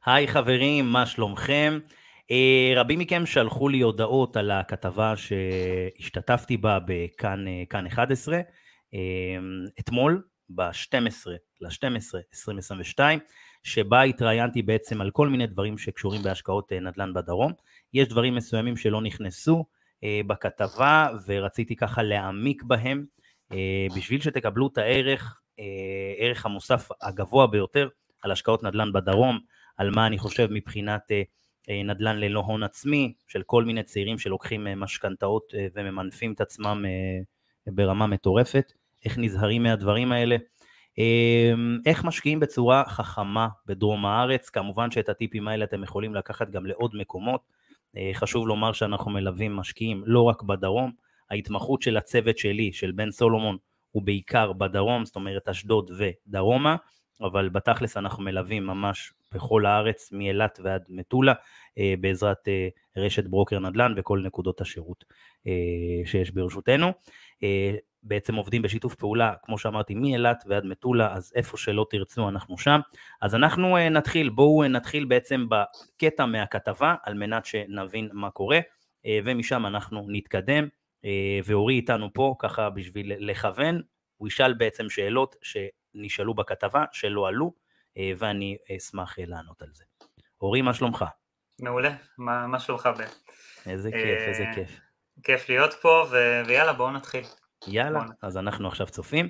היי חברים, מה שלומכם? רבים מכם שלחו לי הודעות על הכתבה שהשתתפתי בה בכאן 11, אתמול ב-12/12/2022, שבה התראיינתי בעצם על כל מיני דברים שקשורים בהשקעות נדל"ן בדרום. יש דברים מסוימים שלא נכנסו בכתבה ורציתי ככה להעמיק בהם, בשביל שתקבלו את הערך המוסף הגבוה ביותר על השקעות נדל"ן בדרום, על מה אני חושב מבחינת נדל"ן ללא הון עצמי, של כל מיני צעירים שלוקחים משכנתאות וממנפים את עצמם ברמה מטורפת, איך נזהרים מהדברים האלה, איך משקיעים בצורה חכמה בדרום הארץ. כמובן שאת הטיפים האלה אתם יכולים לקחת גם לעוד מקומות. חשוב לומר שאנחנו מלווים משקיעים לא רק בדרום, ההתמחות של הצוות שלי, של בן סולומון, הוא בעיקר בדרום, זאת אומרת אשדוד ודרומה, אבל בתכלס אנחנו מלווים ממש בכל הארץ, מאילת ועד מטולה, בעזרת רשת ברוקר נדל"ן וכל נקודות השירות שיש ברשותנו. בעצם עובדים בשיתוף פעולה, כמו שאמרתי, מאילת ועד מטולה, אז איפה שלא תרצו אנחנו שם. אז אנחנו בואו נתחיל בעצם בקטע מהכתבה, על מנת שנבין מה קורה, ומשם אנחנו נתקדם, ואורי איתנו פה ככה בשביל לכוון, הוא ישאל בעצם שאלות שנשאלו בכתבה, שלא עלו, ואני אשמח לענות על זה. אורי, מה שלומך? מעולה, מה שלומך בן? איזה כיף, איזה כיף. כיף להיות פה, ויאללה, בואו נתחיל. יאללה, אז אנחנו עכשיו צופים.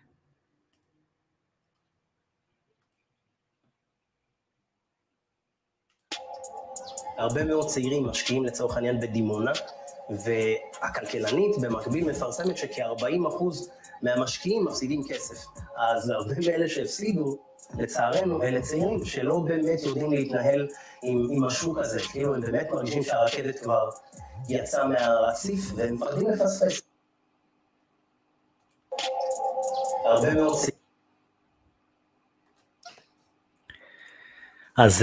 הרבה מאוד צעירים משקיעים לצורך העניין בדימונה, והכלכלנית במקביל מפרסמת שכ-40% מהמשקיעים מפסידים כסף. אז הרבה מאלה שהפסידו, לצערנו, אלה צעירים שלא באמת יודעים להתנהל עם השוק הזה. כאילו הם באמת מרגישים שהרקדת כבר יצאה מהרציף, והם מפחדים לפספס. הרבה מאוד צעירים. אז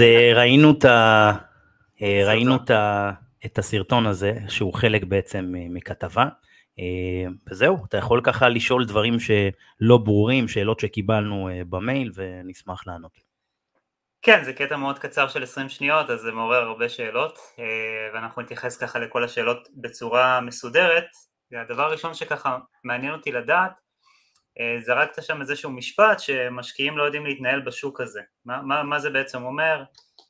ראינו את הסרטון הזה, שהוא חלק בעצם מכתבה, וזהו, אתה יכול ככה לשאול דברים שלא ברורים, שאלות שקיבלנו במייל, ונשמח לענות. כן, זה קטע מאוד קצר של 20 שניות, אז זה מעורר הרבה שאלות, ואנחנו נתייחס ככה לכל השאלות בצורה מסודרת. הדבר הראשון שככה מעניין אותי לדעת, זרקת שם איזשהו משפט שמשקיעים לא יודעים להתנהל בשוק הזה. מה זה בעצם אומר?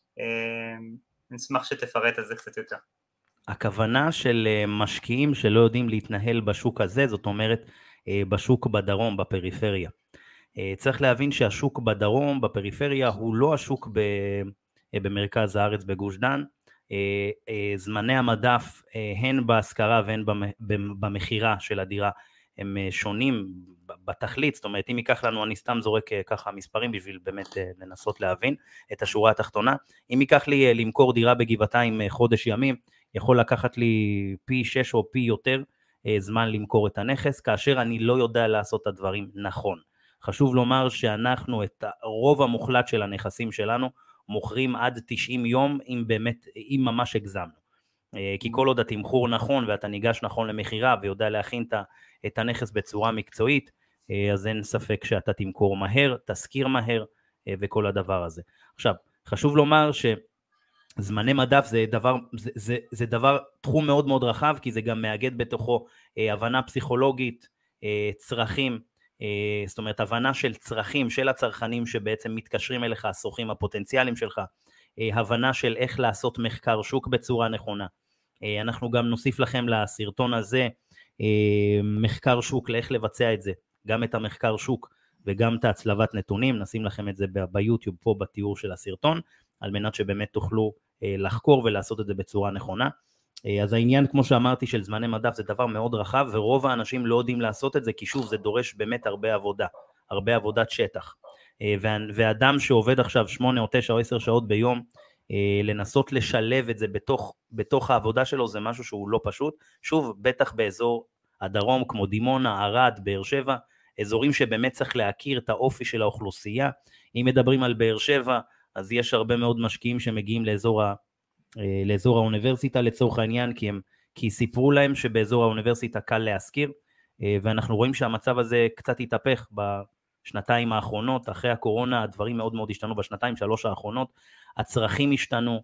נשמח שתפרט על זה קצת יותר. הכוונה של משקיעים שלא יודעים להתנהל בשוק הזה, זאת אומרת בשוק בדרום, בפריפריה. צריך להבין שהשוק בדרום, בפריפריה, הוא לא השוק במרכז הארץ, בגוש דן. זמני המדף, הן בהשכרה והן במחירה של הדירה, הם שונים בתכלית. זאת אומרת, אם ייקח לנו, אני סתם זורק ככה מספרים בשביל באמת לנסות להבין את השורה התחתונה. אם ייקח לי למכור דירה בגבעתיים חודש ימים, יכול לקחת לי פי 6 או פי יותר זמן למכור את הנכס, כאשר אני לא יודע לעשות את הדברים נכון. חשוב לומר שאנחנו את הרוב המוחלט של הנכסים שלנו מוכרים עד 90 יום, אם ממש הגזמנו. כי כל עוד התמחור נכון ואתה ניגש נכון למחירה ויודע להכין את הנכס בצורה מקצועית, אז אין ספק שאתה תמכור מהר, תזכיר מהר וכל הדבר הזה. עכשיו, חשוב לומר זמני מדף זה תחום מאוד מאוד רחב, כי זה גם מאגד בתוכו הבנה פסיכולוגית, צרכים, זאת אומרת הבנה של צרכים של הצרכנים שבעצם מתקשרים אליך, הסוחרים הפוטנציאליים שלך, הבנה של איך לעשות מחקר שוק בצורה נכונה. אנחנו גם נוסיף לכם לסרטון הזה מחקר שוק, לאיך לבצע את זה, גם את המחקר שוק וגם את הצלבת נתונים, נשים לכם את זה ביוטיוב פה בתיאור של הסרטון, על מנת שבאמת תוכלו לחקור ולעשות את זה בצורה נכונה. אז העניין, כמו שאמרתי, של זמני מדף זה דבר מאוד רחב, ורוב האנשים לא יודעים לעשות את זה, כי שוב זה דורש באמת הרבה עבודת שטח. ואדם שעובד עכשיו 8 או 9 או 10 שעות ביום, לנסות לשלב את זה בתוך העבודה שלו, זה משהו שהוא לא פשוט. שוב, בטח באזור הדרום, כמו דימונה, ערד, באר שבע, אזורים שבאמת צריך להכיר את האופי של האוכלוסייה. אם מדברים על באר שבע, אז יש הרבה מאוד משקיעים שמגיעים לאזור האוניברסיטה לצורך העניין, כי סיפרו להם שבאזור האוניברסיטה קל להשכיר, ואנחנו רואים שהמצב הזה קצת התהפך בשנתיים האחרונות, אחרי הקורונה הדברים מאוד מאוד השתנו בשנתיים, 3 האחרונות, הצרכים השתנו,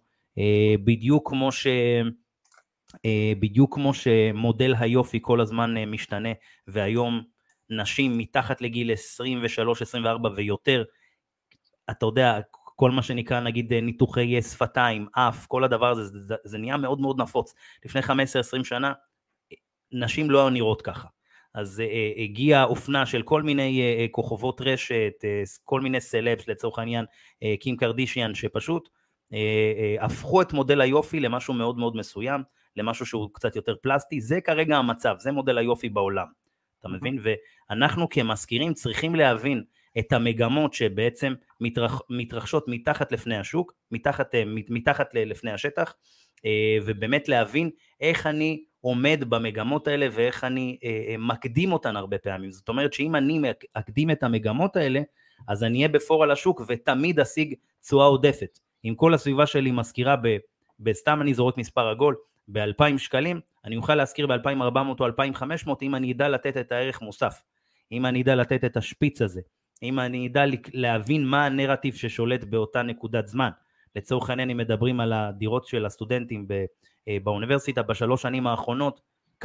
בדיוק כמו שמודל היופי כל הזמן משתנה, והיום נשים מתחת לגיל 23, 24 ויותר, אתה יודע, כל מה שנקרא נגיד ניתוחי שפתיים, אף, כל הדבר הזה, זה נהיה מאוד מאוד נפוץ. לפני 15-20 שנה, נשים לא נראות ככה. אז הגיעה אופנה של כל מיני כוכבות רשת, כל מיני סלבס לצורך העניין, קים קרדישיאן, שפשוט הפכו את מודל היופי למשהו מאוד מאוד מסוים, למשהו שהוא קצת יותר פלסטי. זה כרגע המצב, זה מודל היופי בעולם, אתה מבין? ואנחנו כמזכירים צריכים להבין את המגמות שבעצם מתרחשות מתחת לפני השוק, מתחת לפני השטח, ובאמת להבין איך אני עומד במגמות האלה ואיך אני מקדים אותן הרבה פעמים. זאת אומרת שאם אני אקדים את המגמות האלה, אז אני אהיה בפור על השוק ותמיד אשיג תשואה עודפת. אם כל הסביבה שלי מזכירה בסתם אני זורק מספר עגול, ב-2,000 שקלים, אני אוכל להזכיר ב-2,400 או 2,500 אם אני ידע לתת את הערך מוסף, אם אני ידע לתת את השפיץ הזה, אם אני ידע להבין מה הנרטיב ששולט באותה נקודת זמן. לצורך העניין אם מדברים על הדירות של הסטודנטים באוניברסיטה, ב3 שנים האחרונות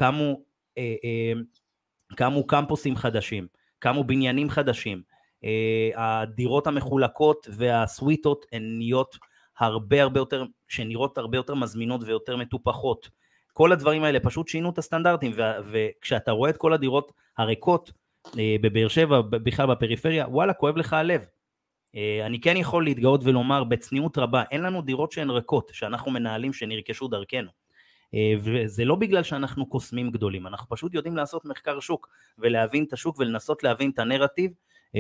קמו קמפוסים חדשים, קמו בניינים חדשים, הדירות המחולקות והסוויטות הן נהיות הרבה יותר, שנראות הרבה יותר מזמינות ויותר מטופחות. כל הדברים האלה פשוט שינו את הסטנדרטים, וכשאתה רואה את כל הדירות הריקות בבאר שבע, בכלל בפריפריה, וואלה, כואב לך הלב. אני כן יכול להתגאות ולומר בצניעות רבה, אין לנו דירות שהן ריקות, שאנחנו מנהלים שנרכשו דרכנו. וזה לא בגלל שאנחנו קוסמים גדולים, אנחנו פשוט יודעים לעשות מחקר שוק, ולהבין את השוק ולנסות להבין את הנרטיב,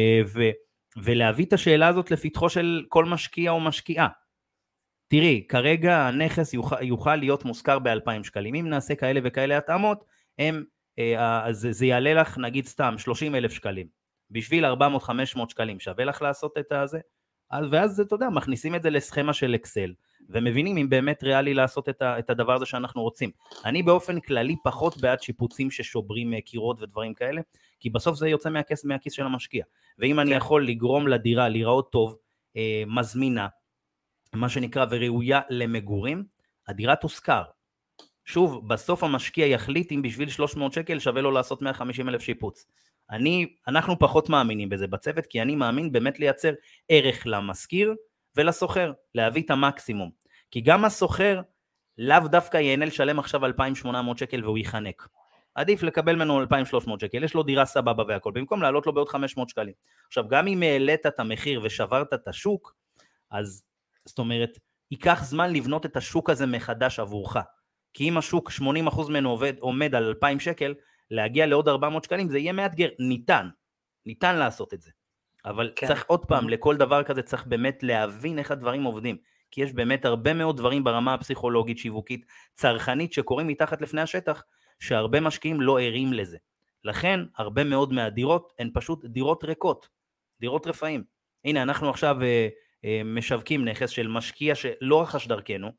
ולהביא את השאלה הזאת לפתחו של כל משקיע או משקיעה. תראי, כרגע הנכס יוכל להיות מושכר ב-2,000 שקלים, אם נעשה כאלה וכאלה התאמות, זה יעלה לך נגיד סתם 30,000 שקלים, בשביל 400-500 שקלים, שווה לך לעשות את זה, ואז אתה יודע, מכניסים את זה לסכמה של אקסל, ומבינים אם באמת ריאלי לעשות את הדבר הזה שאנחנו רוצים. אני באופן כללי פחות בעד שיפוצים ששוברים קירות ודברים כאלה, כי בסוף זה יוצא מהכיס של המשקיע, ואם אני יכול לגרום לדירה להיראות טוב, מזמינה, מה שנקרא וראויה למגורים, הדירה תושכר. שוב, בסוף המשקיע יחליט אם בשביל 300 שקל שווה לו לעשות 150,000 שיפוץ. אנחנו פחות מאמינים בזה בצוות, כי אני מאמין באמת לייצר ערך למזכיר ולסוחר, להביא את המקסימום. כי גם הסוחר לאו דווקא ייהנה לשלם עכשיו 2,800 שקל והוא יחנק. עדיף לקבל ממנו 2,300 שקל, יש לו דירה סבבה והכל, במקום לעלות לו בעוד 500 שקלים. עכשיו, גם אם העלית את המחיר ושברת את השוק, אז זאת אומרת, ייקח זמן לבנות את השוק הזה מחדש עבורך. כי אם השוק 80% ממנו עומד על 2,000 שקל, להגיע לעוד 400 שקלים, זה יהיה מאתגר, ניתן לעשות את זה. אבל כן. צריך עוד פעם, לכל דבר כזה צריך באמת להבין איך הדברים עובדים, כי יש באמת הרבה מאוד דברים ברמה הפסיכולוגית, שיווקית, צרכנית, שקורים מתחת לפני השטח, שהרבה משקיעים לא ערים לזה. לכן, הרבה מאוד מהדירות, הן פשוט דירות ריקות, דירות רפאים. הנה, אנחנו עכשיו משווקים נכס של משקיע שלא רכש דרכנו,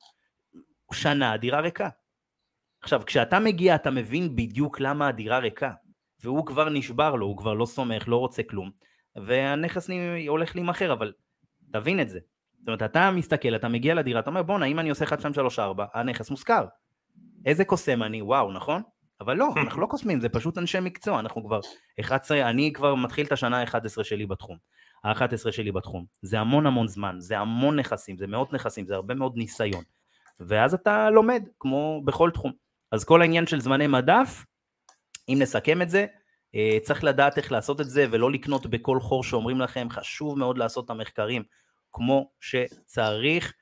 שנה הדירה ריקה. עכשיו, כשאתה מגיע, אתה מבין בדיוק למה הדירה ריקה, והוא כבר נשבר לו, הוא כבר לא סומך, לא רוצה כלום, והנכס הולך להימחר, אבל תבין את זה. זאת אומרת, אתה מסתכל, אתה מגיע לדירה, אתה אומר, בוא, אם אני עושה 1, 2, 3, 4, הנכס מושכר. איזה קוסם אני, וואו, נכון? אבל לא, אנחנו לא קוסמים, זה פשוט אנשי מקצוע, אנחנו כבר 11, אני כבר מתחיל את השנה ה-11 שלי בתחום. ה-11 שלי בתחום. זה המון זמן, זה המון נכסים, זה מאות נכסים, זה הרבה מאוד ניסיון. ואז אתה לומד, כמו בכל תחום. אז כל העניין של זמני מדף, אם נסכם את זה, צריך לדעת איך לעשות את זה, ולא לקנות בכל חור שאומרים לכם, חשוב מאוד לעשות את המחקרים, כמו שצריך,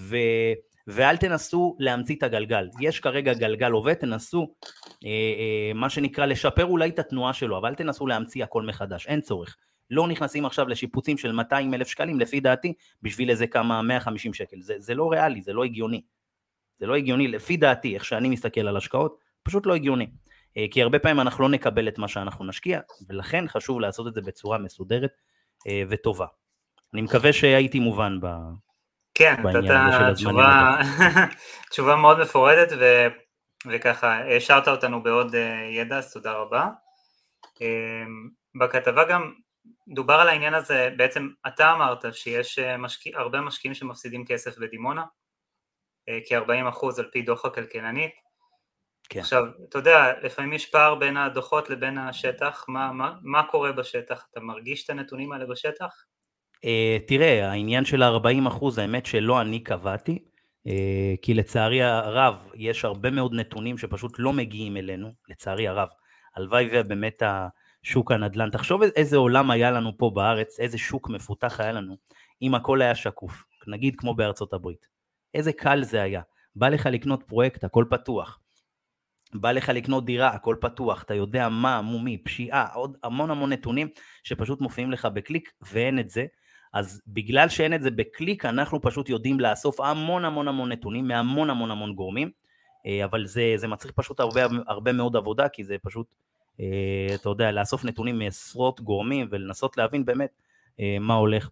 ואל תנסו להמציא את הגלגל. יש כרגע גלגל עובד, תנסו, מה שנקרא, לשפר אולי את התנועה שלו, אבל תנסו להמציא הכל מחדש, אין צורך. לא נכנסים עכשיו לשיפוצים של 200,000 שקלים, לפי דעתי, בשביל איזה כמה 150 שקל. זה לא ריאלי, זה לא הגיוני. זה לא הגיוני, לפי דעתי, איך שאני מסתכל על השקעות, פשוט לא הגיוני. כי הרבה פעמים אנחנו לא נקבל את מה שאנחנו נשקיע, ולכן חשוב לעשות את זה בצורה מסודרת וטובה. אני מקווה שהייתי מובן בעניין הזה של הזמנים. תשובה מאוד מפורטת, וככה, השארת אותנו בעוד ידע, אז תודה רבה. בכתבה גם דובר על העניין הזה, בעצם אתה אמרת שיש הרבה משקיעים שמפסידים כסף בדימונה, כ-40% על פי דוח הכלכלנית. כן. עכשיו, אתה יודע, לפעמים יש פער בין הדוחות לבין השטח, מה קורה בשטח? אתה מרגיש את הנתונים האלה בשטח? תראה, העניין של 40%, האמת שלא אני קבעתי, כי לצערי הרב, יש הרבה מאוד נתונים שפשוט לא מגיעים אלינו, לצערי הרב. הלוואי ובאמת השוק הנדל"ן, תחשוב איזה עולם היה לנו פה בארץ, איזה שוק מפותח היה לנו, אם הכל היה שקוף, נגיד כמו בארצות הברית. איזה קל זה היה. בא לך לקנות פרויקט, הכל פתוח. בא לך לקנות דירה, הכל פתוח, אתה יודע מה, מומי, פשיעה, עוד המון נתונים שפשוט מופיעים לך בקליק, ואין את זה. אז בגלל שאין את זה בקליק, אנחנו פשוט יודעים לאסוף המון נתונים, מהמון גורמים, אבל זה מצריך פשוט הרבה מאוד עבודה, כי זה פשוט, אתה יודע, לאסוף נתונים מעשרות גורמים, ולנסות להבין באמת מה הולך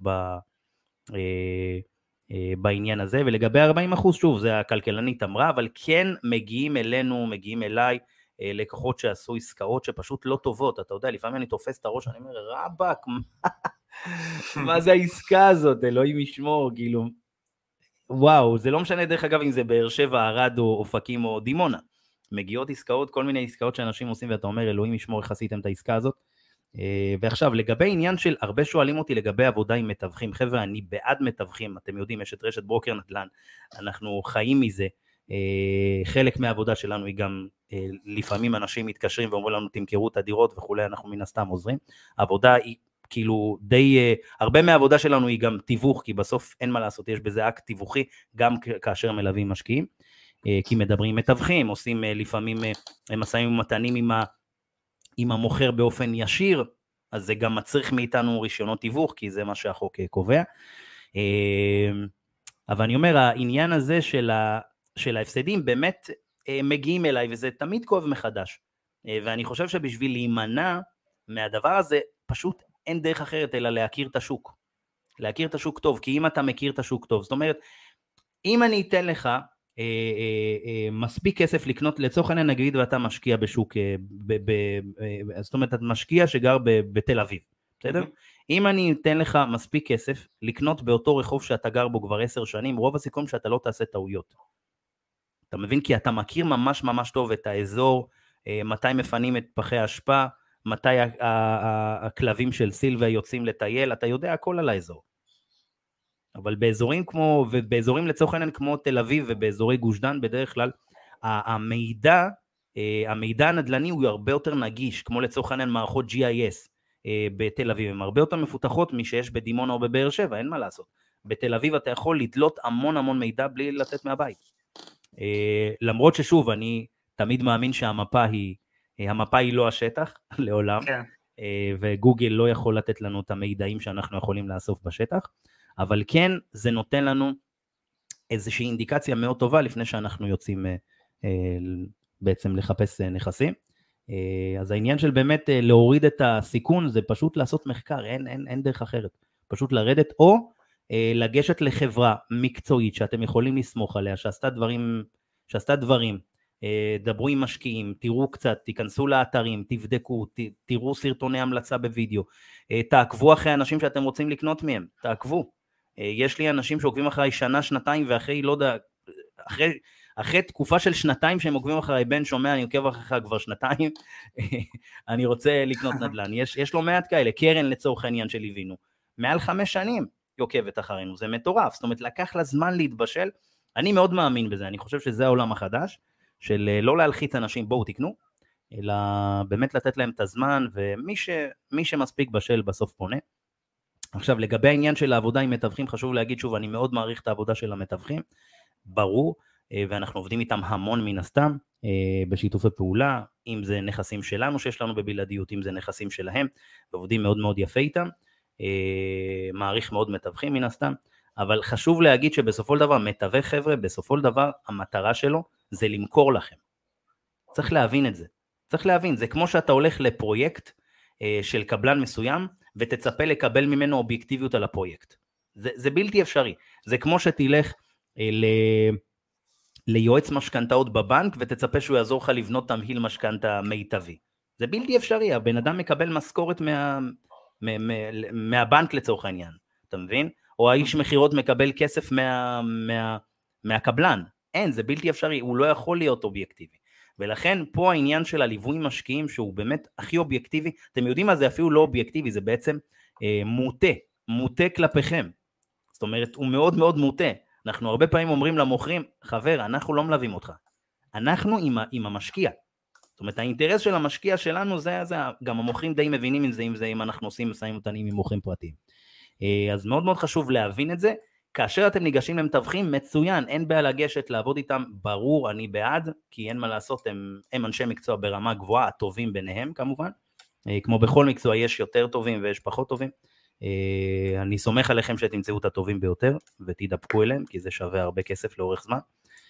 בעניין הזה. ולגבי 40%, שוב, זה הכלכלנית אמרה, אבל כן מגיעים אלינו, מגיעים אליי, לקוחות שעשו עסקאות שפשוט לא טובות, אתה יודע, לפעמים אני תופס את הראש, אני אומר, רבק, מה זה העסקה הזאת, אלוהים ישמור, כאילו, וואו, זה לא משנה דרך אגב אם זה באר שבע, ערד או אופקים או דימונה, מגיעות עסקאות, כל מיני עסקאות שאנשים עושים, ואתה אומר, אלוהים ישמור, איך עשיתם את העסקה הזאת. ועכשיו, לגבי עניין של, הרבה שואלים אותי לגבי עבודה עם מתווכים, חבר'ה, אני בעד מתווכים, אתם יודעים, יש את רשת ברוקר נדל"ן, אנחנו חיים מזה, חלק מהעבודה שלנו היא גם, לפעמים אנשים מתקשרים ואומרים לנו, תמכרו את הדירות וכולי, אנחנו מן הסתם עוזרים, העבודה היא כאילו די, הרבה מהעבודה שלנו היא גם תיווך, כי בסוף אין מה לעשות, יש בזה אקט תיווכי, גם כאשר מלווים משקיעים, כי מדברים מתווכים, עושים לפעמים משאים ומתנים עם המוכר באופן ישיר, אז זה גם מצריך מאיתנו רישיונות תיווך, כי זה מה שהחוק קובע. אבל אני אומר, העניין הזה של ההפסדים באמת מגיעים אליי, וזה תמיד כואב מחדש. ואני חושב שבשביל להימנע מהדבר הזה, פשוט אין דרך אחרת אלא להכיר את השוק. להכיר את השוק טוב, כי אם אתה מכיר את השוק טוב, זאת אומרת, אם אני אתן לך מספיק כסף לקנות, לצורך העניין נגיד ואתה משקיע בשוק, זאת אומרת, אתה משקיע שגר בתל אביב, בסדר? אם אני אתן לך מספיק כסף לקנות באותו רחוב שאתה גר בו כבר 10 שנים, רוב הסיכום שאתה לא תעשה טעויות. אתה מבין? כי אתה מכיר ממש טוב את האזור, מתי מפנים את פחי האשפה, מתי הכלבים של סילביה יוצאים לטייל, אתה יודע הכל על האזור. אבל באזורים לצורך העניין כמו תל אביב ובאזורי גוש דן בדרך כלל, המידע הנדל"ני הוא הרבה יותר נגיש, כמו לצורך העניין מערכות GIS בתל אביב, הן הרבה יותר מפותחות משיש בדימונה או בבאר שבע, אין מה לעשות. בתל אביב אתה יכול לדלות המון מידע בלי לצאת מהבית. למרות ששוב, אני תמיד מאמין שהמפה היא לא השטח לעולם, וגוגל לא יכול לתת לנו את המידעים שאנחנו יכולים לאסוף בשטח, אבל כן, זה נותן לנו איזושהי אינדיקציה מאוד טובה לפני שאנחנו יוצאים בעצם לחפש נכסים. אז העניין של באמת להוריד את הסיכון, זה פשוט לעשות מחקר, אין דרך אחרת. פשוט לרדת או לגשת לחברה מקצועית שאתם יכולים לסמוך עליה, שעשתה דברים, דברו עם משקיעים, תראו קצת, תיכנסו לאתרים, תבדקו, תראו סרטוני המלצה בווידאו, תעקבו אחרי אנשים שאתם רוצים לקנות מהם, תעקבו. יש לי אנשים שעוקבים אחרי שנה, שנתיים, ואחרי, לא יודע, אחרי תקופה של שנתיים שהם עוקבים אחרי, בן שומע, אני עוקב אחריך כבר שנתיים, אני רוצה לקנות נדל"ן. יש לו מעט כאלה, קרן לצורך העניין שליווינו, מעל 5 שנים היא עוקבת אחרינו, זה מטורף, זאת אומרת, לקח לה זמן להתבשל, אני מאוד מאמין בזה, אני חושב שזה העולם החדש, של לא להלחיץ אנשים, בואו תקנו, אלא באמת לתת להם את הזמן, ומי שמספיק בשל בסוף פונה. עכשיו, לגבי העניין של העבודה עם מתווכים, חשוב להגיד שוב, אני מאוד מעריך את העבודה של המתווכים, ברור, ואנחנו עובדים איתם המון מן הסתם, בשיתופי פעולה, אם זה נכסים שלנו שיש לנו בבלעדיות, אם זה נכסים שלהם, ועובדים מאוד מאוד יפה איתם, מעריך מאוד מתווכים מן הסתם, אבל חשוב להגיד שבסופו של דבר, מתווך חבר'ה, בסופו של דבר, המטרה שלו זה למכור לכם. צריך להבין את זה. צריך להבין, זה כמו שאתה הולך לפרויקט של קבלן מסוים, ותצפה לקבל ממנו אובייקטיביות על הפרויקט. זה בלתי אפשרי. זה כמו שתלך ליועץ משכנתאות בבנק, ותצפה שהוא יעזור לך לבנות תמהיל משכנתה מיטבי. זה בלתי אפשרי, הבן אדם מקבל משכורת מהבנק לצורך העניין, אתה מבין? או האיש מחירות מקבל כסף מהקבלן, אין, זה בלתי אפשרי, הוא לא יכול להיות אובייקטיבי, ולכן פה העניין של הליווי משקיעים שהוא באמת הכי אובייקטיבי, אתם יודעים מה זה אפילו לא אובייקטיבי, זה בעצם מוטה כלפיכם, זאת אומרת הוא מאוד מאוד מוטה, אנחנו הרבה פעמים אומרים למוכרים, חבר אנחנו לא מלווים אותך, אנחנו עם המשקיע, זאת אומרת האינטרס של המשקיע שלנו זה גם המוכרים די מבינים עם זה אם אנחנו עושים משאים ומתנים עם מוכרים פרטיים, אז מאוד מאוד חשוב להבין את זה, כאשר אתם ניגשים למתווכים מצוין, אין בעיה לגשת לעבוד איתם, ברור אני בעד, כי אין מה לעשות, הם אנשי מקצוע ברמה גבוהה, הטובים ביניהם כמובן, כמו בכל מקצוע יש יותר טובים ויש פחות טובים, אני סומך עליכם שתמצאו את הטובים ביותר ותדבקו אליהם, כי זה שווה הרבה כסף לאורך זמן,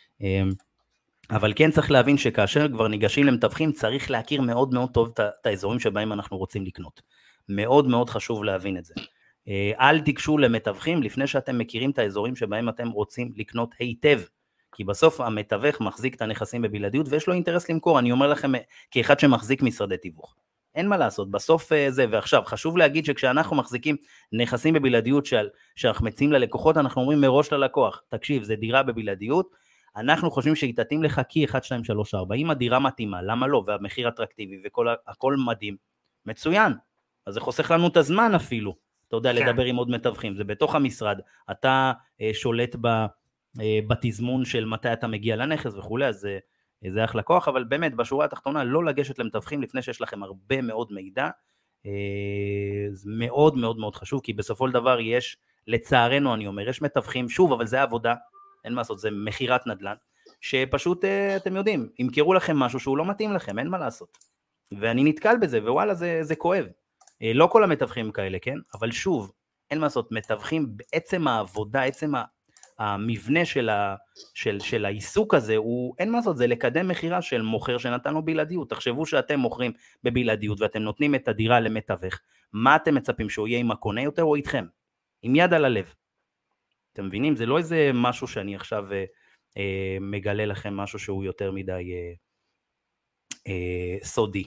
אבל כן צריך להבין שכאשר כבר ניגשים למתווכים, צריך להכיר מאוד מאוד טוב את האזורים שבהם אנחנו רוצים לקנות, מאוד מאוד חשוב להבין את זה, אל תיגשו למתווכים לפני שאתם מכירים את האזורים שבהם אתם רוצים לקנות היטב, כי בסוף המתווך מחזיק את הנכסים בבלעדיות ויש לו אינטרס למכור, אני אומר לכם כאחד שמחזיק משרדי תיווך, אין מה לעשות, בסוף זה, ועכשיו חשוב להגיד שכשאנחנו מחזיקים נכסים בבלעדיות שאנחנו מציעים ללקוחות, אנחנו אומרים מראש ללקוח, תקשיב זה דירה בבלעדיות, אנחנו חושבים שהיא תתאים לך כי 1, 2, 3, 4, אם הדירה מתאימה, למה לא, והמחיר אטרקטיבי והכל מדהים, מצוין, אז זה חוסך לנו את הזמן אפילו, אתה יודע, לדבר עם עוד מתווכים, זה בתוך המשרד, אתה שולט בתזמון של מתי אתה מגיע לנכס וכו', אז זה אחלה כוח, אבל באמת בשורה התחתונה לא לגשת למתווכים לפני שיש לכם הרבה מאוד מידע, זה מאוד מאוד מאוד חשוב, כי בסופו של דבר יש, לצערנו אני אומר, יש מתווכים, שוב, אבל זה עבודה, אין מה לעשות, זה מחירת נדל"ן, שפשוט אתם יודעים, ימכרו לכם משהו שהוא לא מתאים לכם, אין מה לעשות, ואני נתקל בזה, ווואלה זה כואב, לא כל המתווכים כאלה, כן? אבל שוב, אין מה לעשות, מתווכים בעצם העבודה, עצם המבנה של העיסוק הזה, אין מה לעשות, זה לקדם מחירה של מוכר שנתן לו בלעדיות, תחשבו שאתם מוכרים בבלעדיות, ואתם נותנים את הדירה למתווך, מה אתם מצפים, שהוא יהיה עם הקונה יותר או איתכם? עם יד על הלב. אתם מבינים? זה לא איזה משהו שאני עכשיו מגלה לכם משהו שהוא יותר מדי סודי.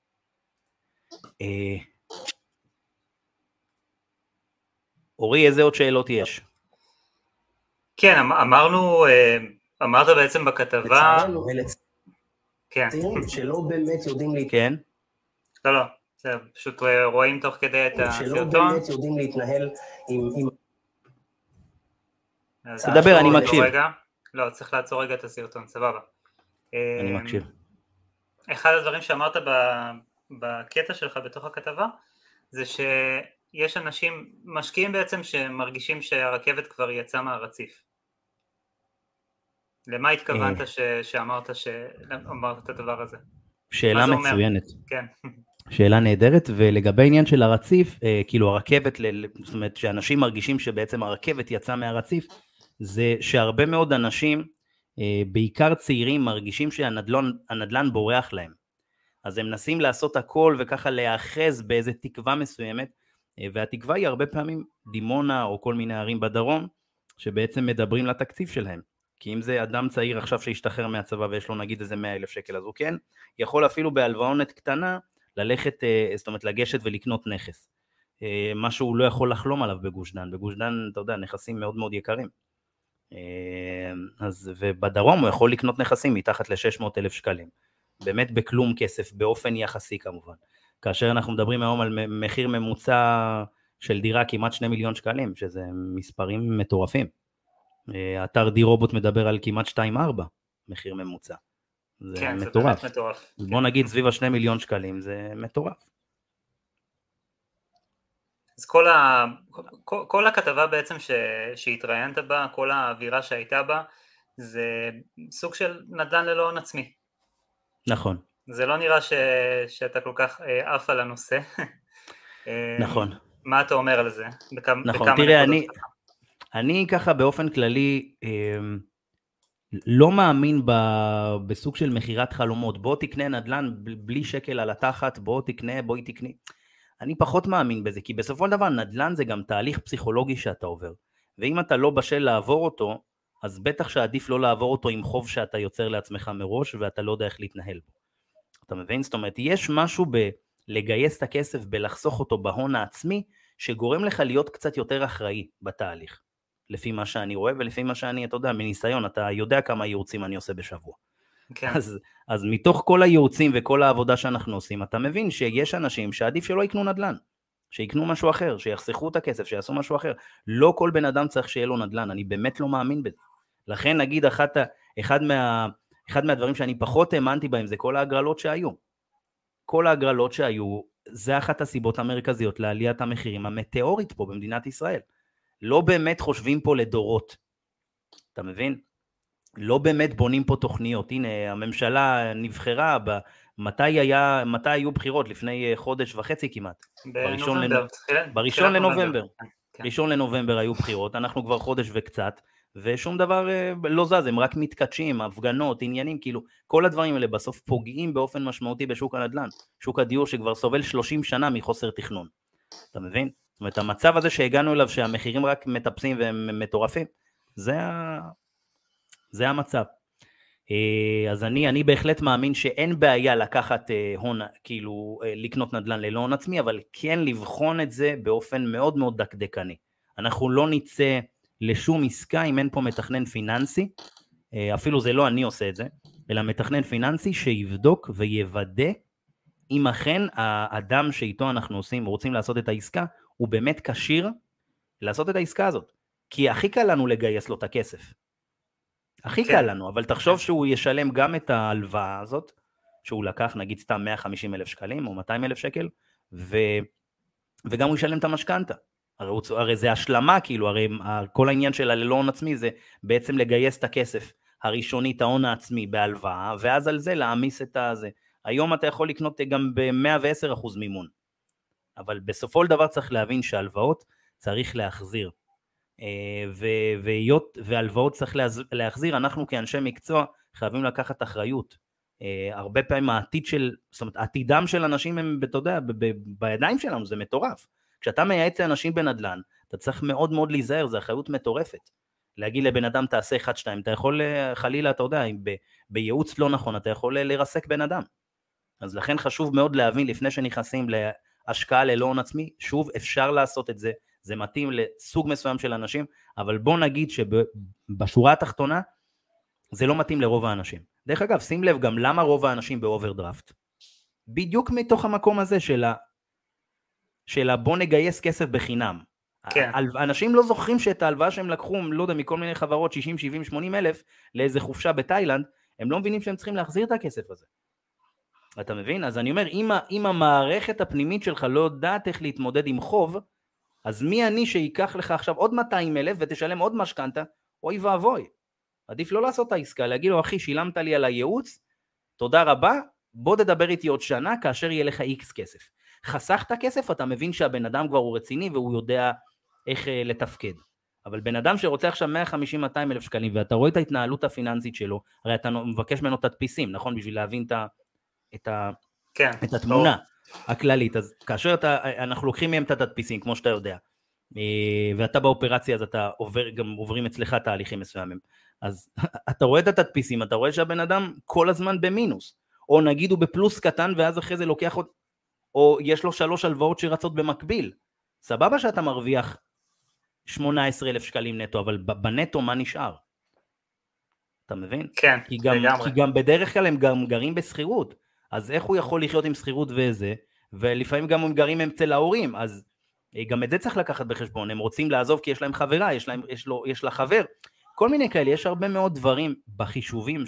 אורי, איזה עוד שאלות יש? כן, אמרת בעצם בכתבה... לצערנו, כן. צעירים שלא באמת יודעים כן? לא, זה פשוט רואים תוך כדי את הסרטון. שלא באמת יודעים להתנהל עם... תדבר, אני מקשיב. לא, צריך לעצור רגע את הסרטון, סבבה. אני מקשיב. אחד הדברים שאמרת בקטע שלך בתוך הכתבה, זה שיש אנשים, משקיעים בעצם שמרגישים שהרכבת כבר יצאה מהרציף. למה התכוונת שאמרת את הדבר הזה? שאלה מצוינת. כן. שאלה נהדרת, ולגבי העניין של הרציף, כאילו הרכבת, זאת אומרת שאנשים מרגישים שבעצם הרכבת יצאה מהרציף, זה שהרבה מאוד אנשים, בעיקר צעירים, מרגישים שהנדלן בורח להם. אז הם מנסים לעשות הכל וככה להאחז באיזה תקווה מסוימת, והתקווה היא הרבה פעמים דימונה או כל מיני ערים בדרום, שבעצם מדברים לתקציב שלהם. כי אם זה אדם צעיר עכשיו שישתחרר מהצבא ויש לו נגיד איזה 100,000 שקל, אז הוא כן יכול אפילו בהלוואות קטנה ללכת, זאת אומרת לגשת ולקנות נכס. מה שהוא לא יכול לחלום עליו בגוש דן. בגוש דן, אתה יודע, נכסים מאוד מאוד יקרים. ובדרום הוא יכול לקנות נכסים מתחת ל-600,000 שקלים. באמת בכלום כסף, באופן יחסי כמובן. כאשר אנחנו מדברים היום על מחיר ממוצע של דירה כמעט 2 מיליון שקלים, שזה מספרים מטורפים. אתר די רובוט מדבר על כמעט 2.4 מחיר ממוצע. זה כן, מטורף. זה באמת מטורף. בוא נגיד סביב 2 מיליון שקלים, זה מטורף. אז כל הכתבה בעצם שהתראיינת בה, כל האווירה שהייתה בה, זה סוג של נדל"ן ללא הון עצמי. נכון. זה לא נראה שאתה כל כך עף על הנושא. נכון. מה אתה אומר על זה? נכון, תראה, אני ככה באופן כללי לא מאמין בסוג של מחירת חלומות, בוא תקנה נדל"ן בלי שקל על התחת, בואי תקני. אני פחות מאמין בזה, כי בסופו של דבר נדל"ן זה גם תהליך פסיכולוגי שאתה עובר, ואם אתה לא בשל לעבור אותו, אז בטח שעדיף לא לעבור אותו עם חוב שאתה יוצר לעצמך מראש, ואתה לא יודע איך להתנהל בו. אתה מבין? זאת אומרת, יש משהו לגייס את הכסף בלחסוך אותו בהון העצמי, שגורם לך להיות קצת יותר אחראי בתהליך, לפי מה שאני רואה ולפי מה שאני, אתה יודע, מניסיון, אתה יודע כמה ייעוצים אני עושה בשבוע. כן. אז מתוך כל הייעוצים וכל העבודה שאנחנו עושים, אתה מבין שיש אנשים שעדיף שלא יקנו נדל"ן, שיקנו משהו אחר, שיחסכו את הכסף, שיעשו משהו אחר. לא כל בן אדם צריך שיהיה לו נדל"ן, אני באמת לא מאמין בזה. לכן נגיד אחד מהדברים שאני פחות האמנתי בהם, זה כל ההגרלות שהיו. כל ההגרלות שהיו, זה אחת הסיבות המרכזיות לעליית המחירים המטאורית פה במדינת ישראל. לא באמת חושבים פה לדורות. אתה מבין? לא באמת בונים פה תוכניות. הנה, הממשלה נבחרה, מתי היו בחירות? לפני חודש וחצי כמעט. בראשון לנובמבר. ראשון לנובמבר היו בחירות, אנחנו כבר חודש וקצת, ושום דבר לא זז, הם רק מתקדשים, הפגנות, עניינים, כאילו, כל הדברים האלה בסוף פוגעים באופן משמעותי בשוק הנדל"ן, שוק הדיור שכבר סובל 30 שנה מחוסר תכנון. אתה מבין? זאת אומרת, המצב הזה שהגענו אליו, שהמחירים רק מטפסים והם מטורפים, זה המצב. אז אני בהחלט מאמין שאין בעיה לקחת הון, כאילו לקנות נדל"ן ללא הון עצמי, אבל כן לבחון את זה באופן מאוד מאוד דקדקני. אנחנו לא נצא לשום עסקה אם אין פה מתכנן פיננסי, אפילו זה לא אני עושה את זה, אלא מתכנן פיננסי שיבדוק ויוודא אם אכן האדם שאיתו אנחנו רוצים לעשות את העסקה, הוא באמת כשיר לעשות את העסקה הזאת. כי הכי קל לנו לגייס לו את הכסף. הכי קל לנו, אבל תחשוב שהוא ישלם גם את ההלוואה הזאת, שהוא לקח נגיד סתם 150,000 שקלים או 200,000 שקל, וגם הוא ישלם את המשכנתה. הרי זה השלמה, כאילו, הרי כל העניין של הלא הון עצמי זה בעצם לגייס את הכסף הראשוני, את ההון העצמי בהלוואה, ואז על זה להעמיס את הזה. היום אתה יכול לקנות גם ב-110% מימון, אבל בסופו של דבר צריך להבין שהלוואות צריך להחזיר. והלוואות צריך להחזיר, אנחנו כאנשי מקצוע חייבים לקחת אחריות. הרבה פעמים עתידם של אנשים הם, אתה יודע, בידיים שלנו, זה מטורף. כשאתה מייעץ לאנשים בנדל"ן, אתה צריך מאוד מאוד להיזהר, זה אחריות מטורפת. להגיד לבן אדם תעשה 1-2, אתה יכול חלילה, אתה יודע, בייעוץ לא נכון, אתה יכול לרסק בן אדם. אז לכן חשוב מאוד להבין, לפני שנכנסים להשקעה ללא הון עצמי, שוב אפשר לעשות את זה, זה מתאים לסוג מסוים של אנשים, אבל בוא נגיד שבשורה התחתונה, זה לא מתאים לרוב האנשים. דרך אגב, שים לב גם למה רוב האנשים באוברדרפט. בדיוק מתוך המקום הזה של בוא נגייס כסף בחינם. כן. אנשים לא זוכרים שאת ההלוואה שהם לקחו, לא יודע, מכל מיני חברות, 60, 70, 80 אלף, לאיזה חופשה בתאילנד, הם לא מבינים שהם צריכים להחזיר את הכסף הזה. אתה מבין? אז אני אומר, אם המערכת הפנימית שלך לא יודעת איך להתמודד עם חוב, אז מי אני שיקח לך עכשיו עוד 200,000 ותשלם עוד משכנתה? אוי ואבוי. עדיף לא לעשות את העסקה, להגיד לו, אחי, שילמת לי על הייעוץ, תודה רבה, בוא תדבר איתי עוד שנה כאשר יהיה לך X כסף. חסכת כסף, אתה מבין שהבן אדם כבר הוא רציני והוא יודע איך לתפקד. אבל בן אדם שרוצה עכשיו 150-200,000 שקלים, ואתה רואה את ההתנהלות הפיננסית שלו, הרי אתה מבקש ממנו תדפיסים, נכון? בשביל להבין את התמונה הכללית. אז כאשר אנחנו לוקחים מהם את התדפיסים, כמו שאתה יודע, ואתה באופרציה, אז אתה גם עוברים אצלך תהליכים מסוימים. אז אתה רואה את התדפיסים, אתה רואה שהבן אדם כל הזמן במינוס, או נגיד הוא בפלוס קטן, ואז אחרי זה לוקח עוד, או יש לו 3 הלוואות שרצות במקביל. סבבה שאתה מרוויח 18,000 שקלים נטו, אבל בנטו מה נשאר? אתה מבין? כן, כי גם בדרך כלל הם גם גרים בסחירות, אז איך הוא יכול לחיות עם סחירות וזה, ולפעמים גם הם גרים אצל ההורים, אז גם את זה צריך לקחת בחשבון, הם רוצים לעזוב כי יש להם חברה, יש לה חבר, כל מיני כאלה, יש הרבה מאוד דברים בחישובים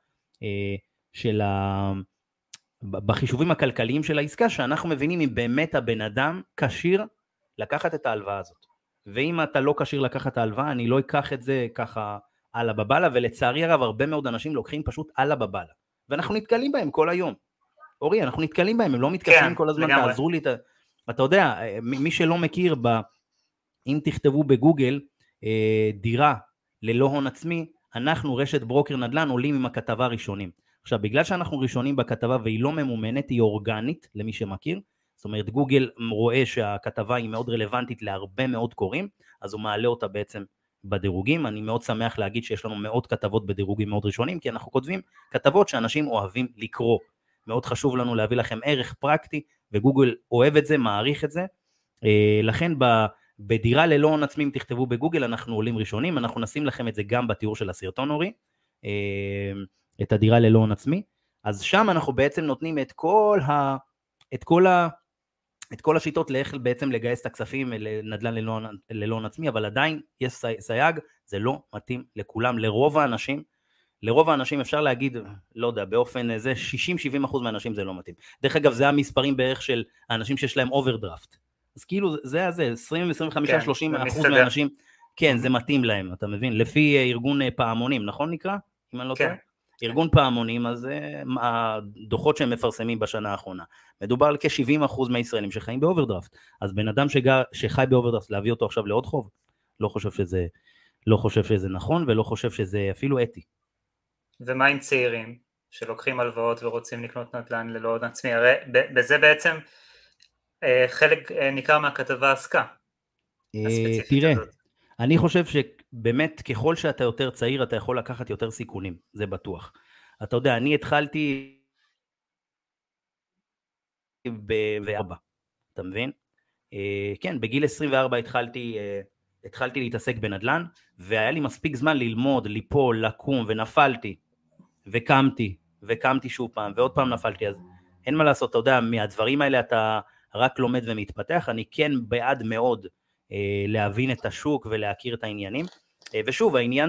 בחישובים הכלכליים של העסקה, שאנחנו מבינים אם באמת הבן אדם כשיר לקחת את ההלוואה הזאת. ואם אתה לא כשיר לקחת את ההלוואה, אני לא אקח את זה ככה על הבבלה, ולצערי הרב הרבה מאוד אנשים לוקחים פשוט על הבבלה. ואנחנו נתקלים בהם כל היום. אורי, אנחנו נתקלים בהם, הם לא מתקשרים כל הזמן, תעזרו לי. אתה יודע, מי שלא מכיר, אם תכתבו בגוגל דירה ללא הון עצמי, אנחנו רשת ברוקר נדל"ן עולים עם הכתבה ראשונים. עכשיו, בגלל שאנחנו ראשונים בכתבה והיא לא ממומנת, היא אורגנית למי שמכיר, זאת אומרת גוגל רואה שהכתבה היא מאוד רלוונטית להרבה מאוד קוראים, אז הוא מעלה אותה בעצם בדירוגים. אני מאוד שמח להגיד שיש לנו מאות כתבות בדירוגים מאוד ראשונים, כי אנחנו כותבים כתבות שאנשים אוהבים לקרוא. מאוד חשוב לנו להביא לכם ערך פרקטי וגוגל אוהב את זה, מעריך את זה, לכן בדירה ללא הון עצמי, אם תכתבו בגוגל, אנחנו עולים ראשונים, אנחנו נשים לכם את זה גם בתיאור של הסרטון אורי, את הדירה ללא הון עצמי, אז שם אנחנו בעצם נותנים את כל השיטות לאיך בעצם לגייס את הכספים לנדל"ן ללא הון עצמי, אבל עדיין יש סייג, זה לא מתאים לכולם, לרוב האנשים אפשר להגיד, לא יודע, באופן זה 60-70% מהאנשים זה לא מתאים. דרך אגב, זה המספרים בערך של האנשים שיש להם אוברדרפט. אז כאילו זה 20-25-30% מהאנשים, כן, זה מתאים להם, אתה מבין? לפי ארגון פעמונים, נכון נקרא? אם אני לא טועה? ארגון פעמונים, אז הדוחות שהם מפרסמים בשנה האחרונה, מדובר על כ-70% מהישראלים שחיים באוברדרפט, אז בן אדם שחי באוברדרפט, להביא אותו עכשיו לעוד חוב, לא חושב שזה נכון, ולא חושב שזה אפילו אתי. ומה עם צעירים שלוקחים הלוואות ורוצים לקנות נדל"ן ללא הון עצמי? הרי בזה בעצם חלק ניכר מהכתבה עסקה. תראה, אני חושב שבאמת ככל שאתה יותר צעיר, אתה יכול לקחת יותר סיכונים, זה בטוח. אתה יודע, אני התחלתי ב-24, אתה מבין? כן, בגיל 24 התחלתי להתעסק בנדל"ן, והיה לי מספיק זמן ללמוד, ליפול, לקום, ונפלתי, וקמתי שוב פעם, ועוד פעם נפלתי, אז אין מה לעשות, אתה יודע, מהדברים האלה אתה רק לומד ומתפתח, אני כן בעד מאוד להבין את השוק ולהכיר את העניינים, ושוב, העניין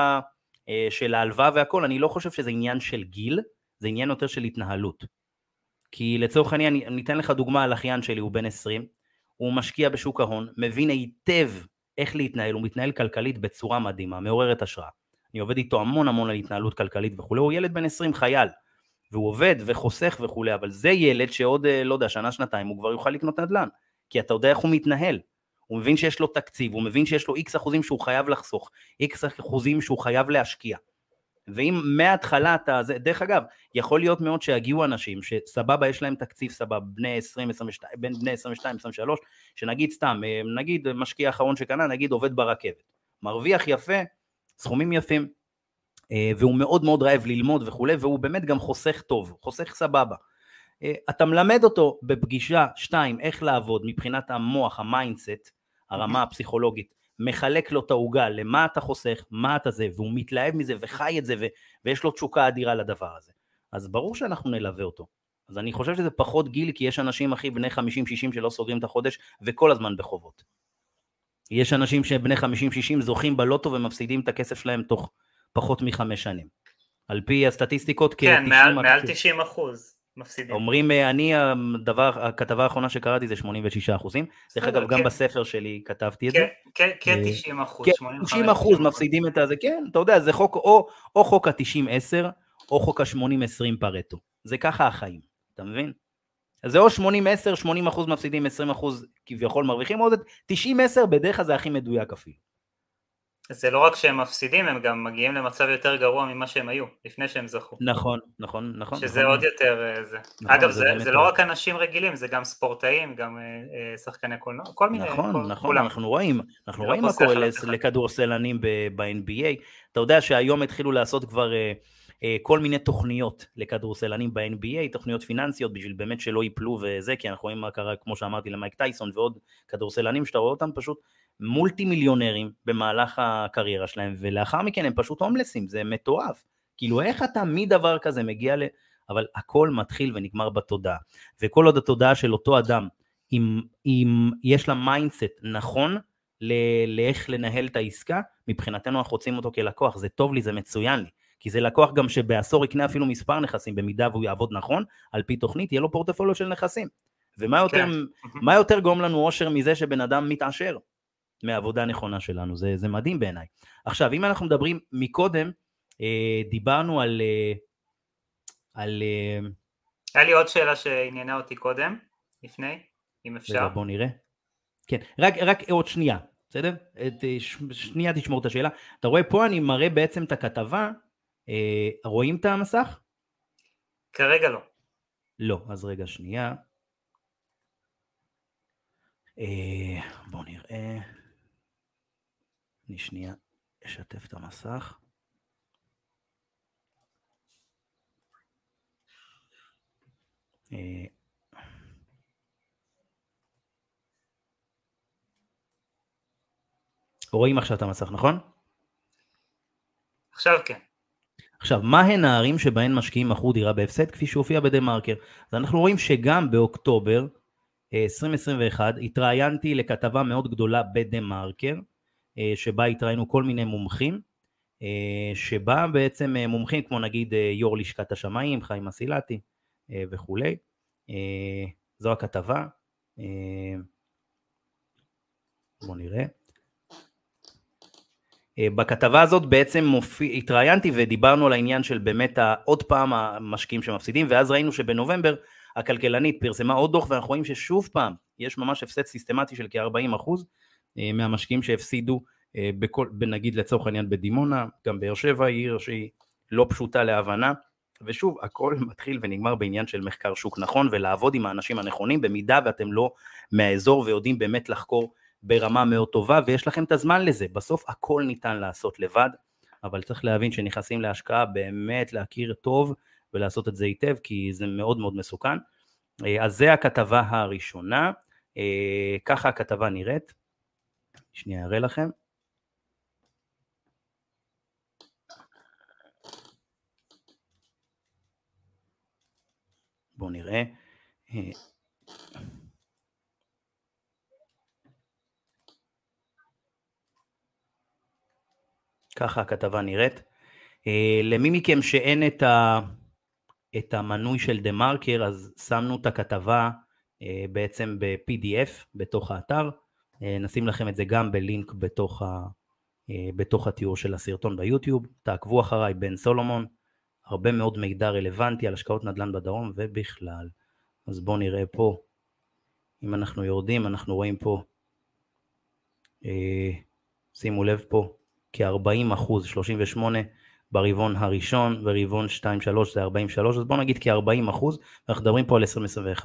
של ההלוואה והכל, אני לא חושב שזה עניין של גיל, זה עניין יותר של התנהלות, כי לצורך העניין, אני אתן לך דוגמה על אחיין שלי, הוא בן 20, הוא משקיע בשוק ההון, מבין היטב איך להתנהל, הוא מתנהל כלכלית בצורה מדהימה, מעוררת השראה, אני עובד איתו המון על התנהלות כלכלית וכו', הוא ילד בן 20 חייל, והוא עובד וחוסך וכו', אבל זה ילד שעוד, לא יודע, שנה, שנתיים, הוא כבר יוכל לקנות נדל"ן, כי אתה יודע איך הוא מתנהל, הוא מבין שיש לו תקציב, הוא מבין שיש לו X אחוזים שהוא חייב לחסוך, X אחוזים שהוא חייב להשקיע, ואם מההתחלה דרך אגב, יכול להיות מאוד שהגיעו אנשים שסבבה יש להם תקציב סבבה, בני 20, 22, בין בני 22, 23, שנגיד סתם, נגיד משקיע האחרון שקנה, נגיד עובד ברכבת, מרוויח יפה, סכומים יפים, והוא מאוד מאוד רעב ללמוד וכו', והוא באמת גם חוסך טוב, חוסך סבבה. אתה מלמד אותו בפגישה 2, איך לעבוד מבחינת המוח, המיינדסט, הרמה הפסיכולוגית, מחלק לו את העוגה, למה אתה חוסך, מה אתה זה, והוא מתלהב מזה וחי את זה, ויש לו תשוקה אדירה לדבר הזה. אז ברור שאנחנו נלווה אותו. אז אני חושב שזה פחות גיל, כי יש אנשים אחי בני 50-60 שלא סוגרים את החודש, וכל הזמן בחובות. יש אנשים שבני 50-60 זוכים בלוטו ומפסידים את הכסף שלהם תוך פחות מ5 שנים. על פי הסטטיסטיקות, כן, מעל 90% מפסידים. אומרים, הכתבה האחרונה שקראתי זה 86%. דרך אגב, גם בספר שלי כתבתי את זה. כ-90%. 90% מפסידים את זה, כן, אתה יודע, זה חוק, או חוק ה-90-10, או חוק ה-80-20 פרטו. זה ככה החיים, אתה מבין? אז זה או 80-10, 80% מפסידים, 20% כביכול מרוויחים, או 90-10, בדרך כלל זה הכי מדויק אפילו. זה לא רק שהם מפסידים, הם גם מגיעים למצב יותר גרוע ממה שהם היו, לפני שהם זכו. נכון. שזה עוד יותר זה. אגב, זה לא רק אנשים רגילים, זה גם ספורטאים, גם שחקני קולנוע, כל מיני. נכון, אנחנו רואים מה קורה לכדורסלנים ב-NBA, אתה יודע שהיום התחילו לעשות כבר כל מיני תוכניות לכדורסלנים ב-NBA, תוכניות פיננסיות, בשביל באמת שלא ייפלו וזה, כי אנחנו רואים מה קרה, כמו שאמרתי, למייק טייסון ועוד כדורסלנים, שאתה רואה אותם פשוט מולטי מיליונרים במהלך הקריירה שלהם, ולאחר מכן הם פשוט הומלסים, זה מטורף, כאילו איך אתה מדבר כזה מגיע אבל הכל מתחיל ונגמר בתודעה, וכל עוד התודעה של אותו אדם, אם יש לה מיינדסט נכון, לאיך לנהל את העסקה, מבחינתנו אנחנו רוצים אותו כלקוח, זה טוב לי, זה מצוין לי, כי זה לקוח גם שבעשור יקנה אפילו מספר נכסים, במידה והוא יעבוד נכון, על פי תוכנית, יהיה לו פורטפוליו של נכסים, ומה יותר גורם לנו אושר מזה שבן אדם מתעשר? מהעבודה הנכונה שלנו, זה מדהים בעיניי. עכשיו, אם אנחנו מדברים מקודם, דיברנו על היה לי עוד שאלה שעניינה אותי קודם, לפני, אם אפשר. רגע, בוא נראה. כן, רק עוד שנייה, בסדר? שנייה תשמור את השאלה. אתה רואה פה אני מראה בעצם את הכתבה, רואים את המסך? כרגע לא. לא, אז רגע שנייה. בוא נראה. אני שנייה אשתף את המסך. רואים עכשיו את המסך, נכון? עכשיו כן. עכשיו, מה הן הערים שבהן משקיעים מכרו דירה בהפסד, כפי שהופיע בדה מרקר? אז אנחנו רואים שגם באוקטובר 2021 התראיינתי לכתבה מאוד גדולה בדה מרקר, שבה התראינו כל מיני מומחים, שבה בעצם מומחים כמו נגיד יו"ר לשכת השמאים, חיים מסילתי וכולי. זו הכתבה. בואו נראה. בכתבה הזאת בעצם התראיינתי ודיברנו על העניין של באמת עוד פעם המשקיעים שמפסידים, ואז ראינו שבנובמבר הכלכלנית פרסמה עוד דוח, ואנחנו רואים ששוב פעם יש ממש הפסד סיסטמטי של כ-40% מהמשקיעים שהפסידו, נגיד לצורך העניין בדימונה, גם באר שבע היא עיר שהיא לא פשוטה להבנה, ושוב הכל מתחיל ונגמר בעניין של מחקר שוק נכון, ולעבוד עם האנשים הנכונים, במידה ואתם לא מהאזור ויודעים באמת לחקור ברמה מאוד טובה, ויש לכם את הזמן לזה. בסוף הכל ניתן לעשות לבד, אבל צריך להבין שנכנסים להשקעה, באמת להכיר טוב ולעשות את זה היטב, כי זה מאוד מאוד מסוכן. אז זה הכתבה הראשונה, ככה הכתבה נראית, שנייה אראה לכם. בואו נראה. ככה הכתבה נראית. למי מכם שאין את המנוי של דה מרקר, אז שמנו את הכתבה בעצם ב-PDF בתוך האתר, נשים לכם את זה גם בלינק בתוך התיאור של הסרטון ביוטיוב. תעקבו אחריי, בן סולומון, הרבה מאוד מידע רלוונטי על השקעות נדל"ן בדרום ובכלל. אז בואו נראה פה, אם אנחנו יורדים, אנחנו רואים פה, שימו לב פה, כ-40%, 38 ברבעון הראשון, ורבעון 2-3 זה 43, אז בואו נגיד כ-40%, ואנחנו מדברים פה על 2021.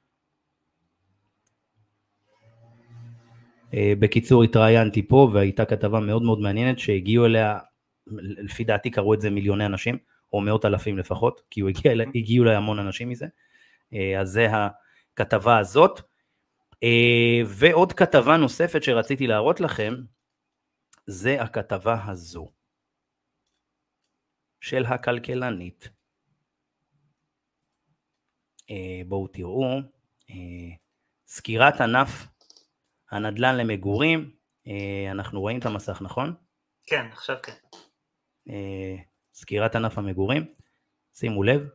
בקיצור התראיינתי פה, והייתה כתבה מאוד מאוד מעניינת, שהגיעו אליה, לפי דעתי קראו את זה מיליוני אנשים, או מאות אלפים לפחות, כי הגיעו לה המון אנשים מזה, אז זה הכתבה הזאת, ועוד כתבה נוספת שרציתי להראות לכם, זה הכתבה הזו, של הכלכלנית. בואו תראו, סקירת ענף הנדל"ן למגורים, אנחנו רואים את המסך, נכון? כן, עכשיו כן. סקירת ענף המגורים, שימו לב.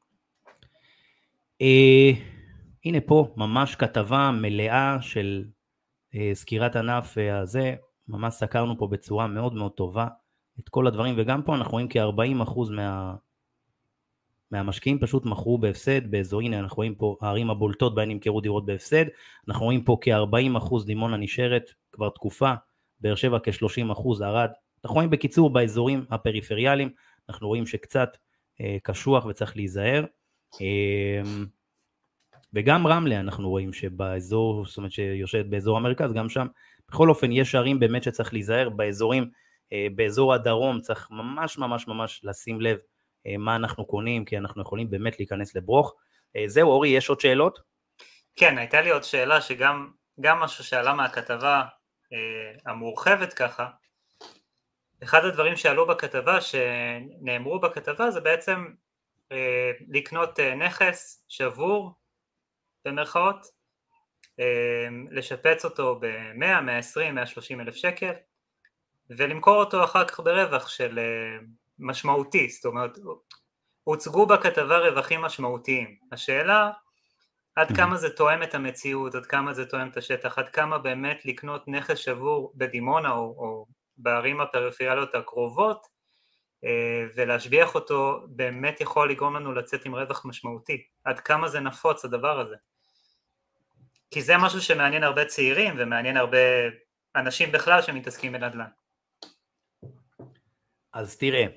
הנה פה ממש כתבה מלאה של סקירת ענף הזה, ממש סקרנו פה בצורה מאוד מאוד טובה את כל הדברים, וגם פה אנחנו רואים כ-40% מהמשקיעים פשוט מכרו בהפסד באזור, הנה אנחנו רואים פה הערים הבולטות בהן נמכרו דירות בהפסד, אנחנו רואים פה כ-40% דימונה נשארת כבר תקופה, באר שבע כ-30%, ערד, אנחנו רואים בקיצור באזורים הפריפריאליים, אנחנו רואים שקצת קשוח וצריך להיזהר, וגם רמלה אנחנו רואים שבאזור, זאת אומרת שיושבת באזור המרכז, גם שם, בכל אופן יש ערים באמת שצריך להיזהר, באזורים, באזור הדרום צריך ממש ממש ממש לשים לב מה אנחנו קונים, כי אנחנו יכולים באמת להיכנס לברוך. זהו אורי, יש עוד שאלות? כן, הייתה לי עוד שאלה שגם משהו שעלה מהכתבה המורחבת ככה, אחד הדברים שעלו בכתבה, שנאמרו בכתבה, זה בעצם לקנות נכס שבור, במרכאות, לשפץ אותו ב-100, 120, 130 אלף שקל, ולמכור אותו אחר כך ברווח של משמעותי, זאת אומרת, הוצגו בכתבה רווחים משמעותיים. השאלה, עד כמה זה תואם את המציאות, עד כמה זה תואם את השטח, עד כמה באמת לקנות נכס שבור בדימונה או בערים הפריפריאליות הקרובות, ולהשביח אותו באמת יכול לגרום לנו לצאת עם רווח משמעותי, עד כמה זה נפוץ הדבר הזה. כי זה משהו שמעניין הרבה צעירים ומעניין הרבה אנשים בכלל שמתעסקים בנדל"ן. אז תראה,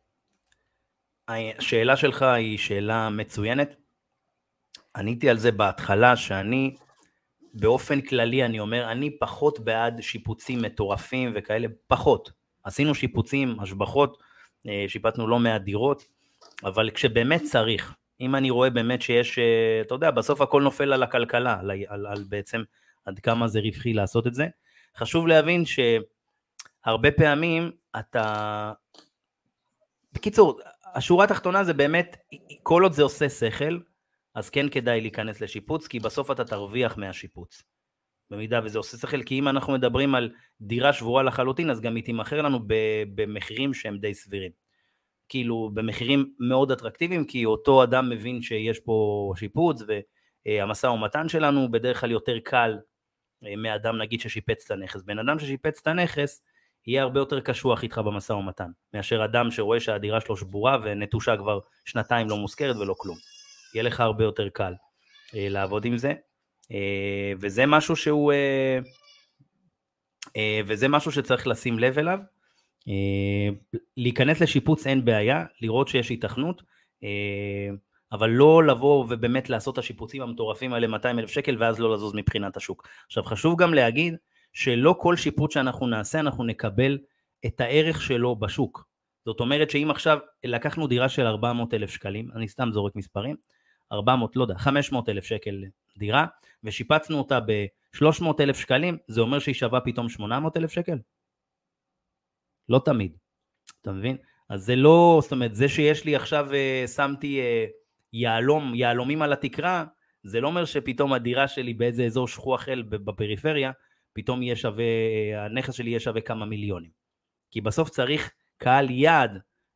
השאלה שלך היא שאלה מצוינת, עניתי על זה בהתחלה שאני באופן כללי אני אומר, אני פחות בעד שיפוצים מטורפים וכאלה, פחות, עשינו שיפוצים, השבחות, שיפצנו לא מעט דירות, אבל כשבאמת צריך, אם אני רואה באמת שיש, אתה יודע, בסוף הכל נופל על הכלכלה, על בעצם עד כמה זה רווחי לעשות את זה, חשוב להבין הרבה פעמים אתה... בקיצור, השורה התחתונה זה באמת, כל עוד זה עושה שכל, אז כן כדאי להיכנס לשיפוץ, כי בסוף אתה תרוויח מהשיפוץ. במידה וזה עושה שכל, כי אם אנחנו מדברים על דירה שבורה לחלוטין, אז גם היא תימכר לנו במחירים שהם די סבירים. כאילו במחירים מאוד אטרקטיביים, כי אותו אדם מבין שיש פה שיפוץ, והמשא ומתן שלנו בדרך כלל יותר קל מאדם נגיד ששיפץ את הנכס. בן אדם ששיפץ את הנכס, יהיה הרבה יותר קשוח איתך במשא ומתן, מאשר אדם שרואה שהדירה שלו שבורה ונטושה כבר שנתיים לא מוזכרת ולא כלום. יהיה לך הרבה יותר קל לעבוד עם זה, וזה משהו שהוא, וזה משהו שצריך לשים לב אליו. להיכנס לשיפוץ אין בעיה, לראות שיש התכנות, אבל לא לבוא ובאמת לעשות את השיפוצים המטורפים האלה 200,000 שקל ואז לא לזוז מבחינת השוק. עכשיו חשוב גם להגיד שלא כל שיפוץ שאנחנו נעשה אנחנו נקבל את הערך שלו בשוק. זאת אומרת שאם עכשיו לקחנו דירה של 400,000 שקלים, אני סתם זורק מספרים, 500,000 שקל דירה, ושיפצנו אותה ב-300,000 שקלים, זה אומר שהיא שווה פתאום 800,000 שקל? לא תמיד, אתה מבין? אז זה לא, זאת אומרת, זה שיש לי עכשיו, שמתי יעלומים על התקרה, זה לא אומר שפתאום הדירה שלי באיזה אזור שכוח אל בפריפריה, פתאום יהיה שווה, הנכס שלי יהיה שווה כמה מיליונים. כי בסוף צריך קהל יעד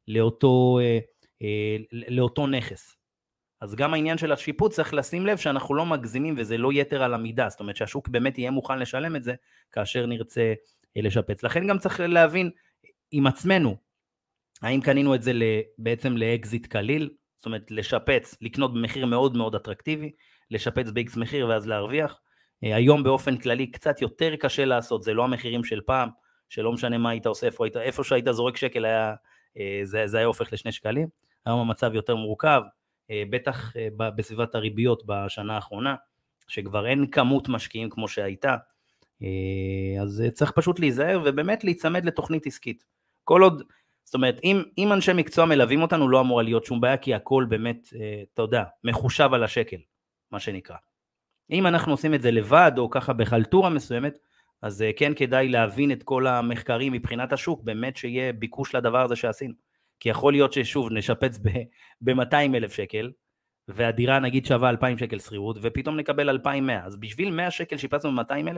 לאותו נכס. אז גם העניין של השיפוץ צריך לשים לב שאנחנו לא מגזימים וזה לא יתר על המידה, זאת אומרת שהשוק באמת יהיה מוכן לשלם את זה כאשר נרצה לשפץ. לכן גם צריך להבין עם עצמנו, האם קנינו את זה בעצם לאקזיט קליל, זאת אומרת לשפץ, לקנות במחיר מאוד מאוד אטרקטיבי, לשפץ ב-X מחיר ואז להרוויח. היום באופן כללי קצת יותר קשה לעשות, זה לא המחירים של פעם, שלא משנה מה היית עושה, איפה שהיית זורק שקל זה היה הופך ל2 שקלים, היום המצב יותר מורכב, בטח בסביבת הריביות בשנה האחרונה, שכבר אין כמות משקיעים כמו שהייתה, אז צריך פשוט להיזהר ובאמת להיצמד לתוכנית עסקית. כל עוד, זאת אומרת, אם אנשי מקצוע מלווים אותנו לא אמורה להיות שום בעיה, כי הכל באמת, אתה יודע, מחושב על השקל, מה שנקרא. אם אנחנו עושים את זה לבד או ככה בחלטורה מסוימת, אז כן כדאי להבין את כל המחקרים מבחינת השוק, באמת שיהיה ביקוש לדבר הזה שעשינו. כי יכול להיות ששוב נשפץ ב-200,000 שקל, והדירה נגיד שווה 2,000 שקל שכירות, ופתאום נקבל 2,100, אז בשביל 100 שקל שיפצנו ב-200,000?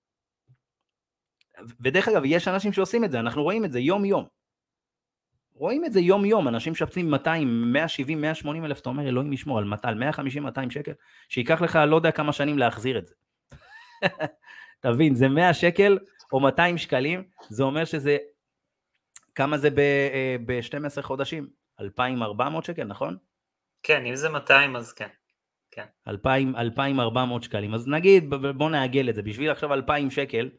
ודרך אגב, יש אנשים שעושים את זה, אנחנו רואים את זה יום יום. רואים את זה יום יום, אנשים שפצים 200, 170, 180 אלף, אתה אומר אלוהים ישמור על 150, 200 שקל, שיקח לך לא יודע כמה שנים להחזיר את זה. תבין, זה 100 שקל או 200 שקלים, זה אומר שזה, כמה זה ב-12 חודשים? 2,400 שקל, נכון? כן, אם זה 200 אז כן. 2,400 שקלים, אז נגיד, בוא נעגל את זה, בשביל עכשיו 2,000 שקל,